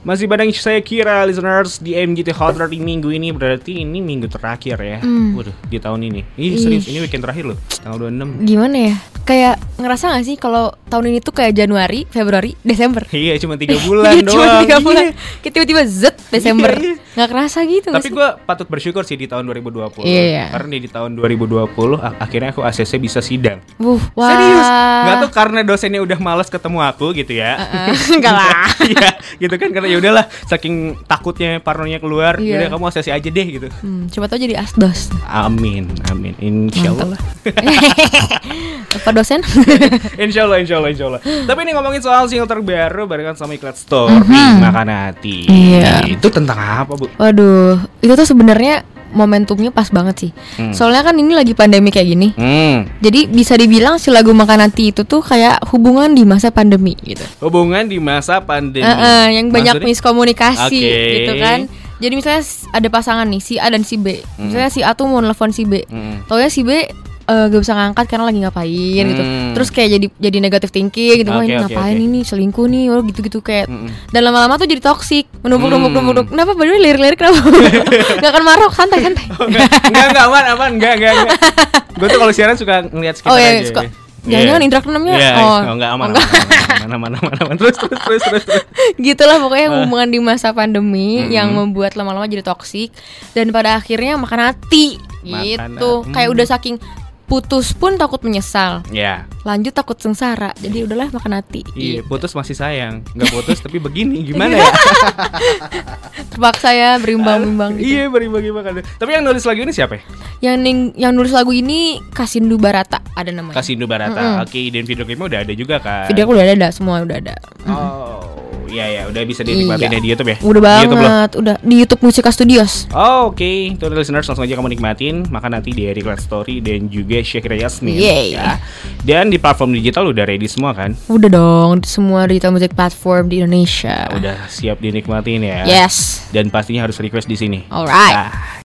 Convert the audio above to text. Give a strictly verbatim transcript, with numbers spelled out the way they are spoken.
Masih bareng saya Kira, listeners di M G T Hot di minggu ini. Berarti ini minggu terakhir ya. mm. Waduh, di tahun ini. Ih serius, ini weekend terakhir loh, tanggal dua puluh enam. Gimana ya, kayak ngerasa gak sih kalau tahun ini tuh kayak Januari, Februari, Desember. Iya, cuma tiga bulan doang. Cuma tiga bulan, kita tiba-tiba zet Desember. Iya, iya. Gak kerasa gitu. Tapi gue patut bersyukur sih di tahun dua ribu dua puluh. Iya. Karena di tahun dua ribu dua puluh akhirnya aku A C C bisa sidang. uh, wah. Serius, gak tuh karena dosennya udah malas ketemu aku gitu ya. uh-uh. Enggak lah. Iya gitu kan, karena ya udahlah saking takutnya parnonya keluar, iya. Yaudah kamu A C C aja deh gitu. hmm, Coba tau jadi asdos. Amin, amin, insyaallah. Apa dosen? Insyaallah, insyaallah, insyaallah. Tapi ini ngomongin soal single terbaru barengan sama Iklat Story, mm-hmm. Makan Hati. Iya. Itu tentang apa, Bu? Waduh, itu tuh sebenarnya momentumnya pas banget sih. hmm. Soalnya kan ini lagi pandemi kayak gini. hmm. Jadi bisa dibilang si lagu Makan Hati itu tuh kayak hubungan di masa pandemi gitu. Hubungan di masa pandemi. uh-uh, Yang banyak Maksudnya? miskomunikasi okay. gitu kan. Jadi misalnya ada pasangan nih, si A dan si B. hmm. Misalnya si A tuh mau nelfon si B. hmm. Taunya si B Uh, gak bisa ngangkat karena lagi ngapain hmm. gitu. Terus kayak jadi jadi negatif thinking gitu. Wah okay, ini okay, ngapain okay. ini selingkuh nih, oh gitu-gitu kayak. Hmm. Dan lama-lama tuh jadi toksik, menumpuk-numpuk-numpuk. Hmm. Kenapa baru lirik-lirik kenapa? Gak akan marah, santai-santai. Oh, enggak, enggak, enggak aman, aman, enggak, enggak, enggak. Gue tuh kalau siaran suka ngeliat sekitar oh, iya, aja. Suka. Jangan-jangan yeah. indra keenamnya. Yeah, oh, oh enggak aman, aman, aman, aman, aman, aman. Terus, terus, terus, terus, terus. Gitulah pokoknya hubungan di masa pandemi mm-hmm. yang membuat lama-lama jadi toksik dan pada akhirnya makan hati. Makan gitu. Hati. Kayak udah saking putus pun takut menyesal. Iya. Yeah. Lanjut takut sengsara. Jadi udahlah makan hati. Iya, putus masih sayang. Enggak putus tapi begini gimana ya? Terpaksa ya berimbang-bimbang gitu. Iya, berimbang-bimbang. Tapi yang nulis lagu ini siapa? Yang ning, yang nulis lagu ini Kasindu Barata ada namanya. Kasindu Barata. Mm-hmm. Oke, dan video klipnya udah ada juga kan? Video udah ada, semua udah ada. Mm-hmm. Oh. Iya ya, udah bisa dinikmatin iya. di YouTube ya. Udah banget, di YouTube udah di YouTube Musika Studios. Oh, oke, okay. Tuh listeners langsung aja kamu nikmatin Makan Hati di Iklat Story dan juga Syakira Yasmin. Yeay. Ya. Dan di platform digital udah ready semua kan? Udah dong, semua digital music platform di Indonesia. Udah siap dinikmatin ya. Yes. Dan pastinya harus request di sini. Alright. Nah.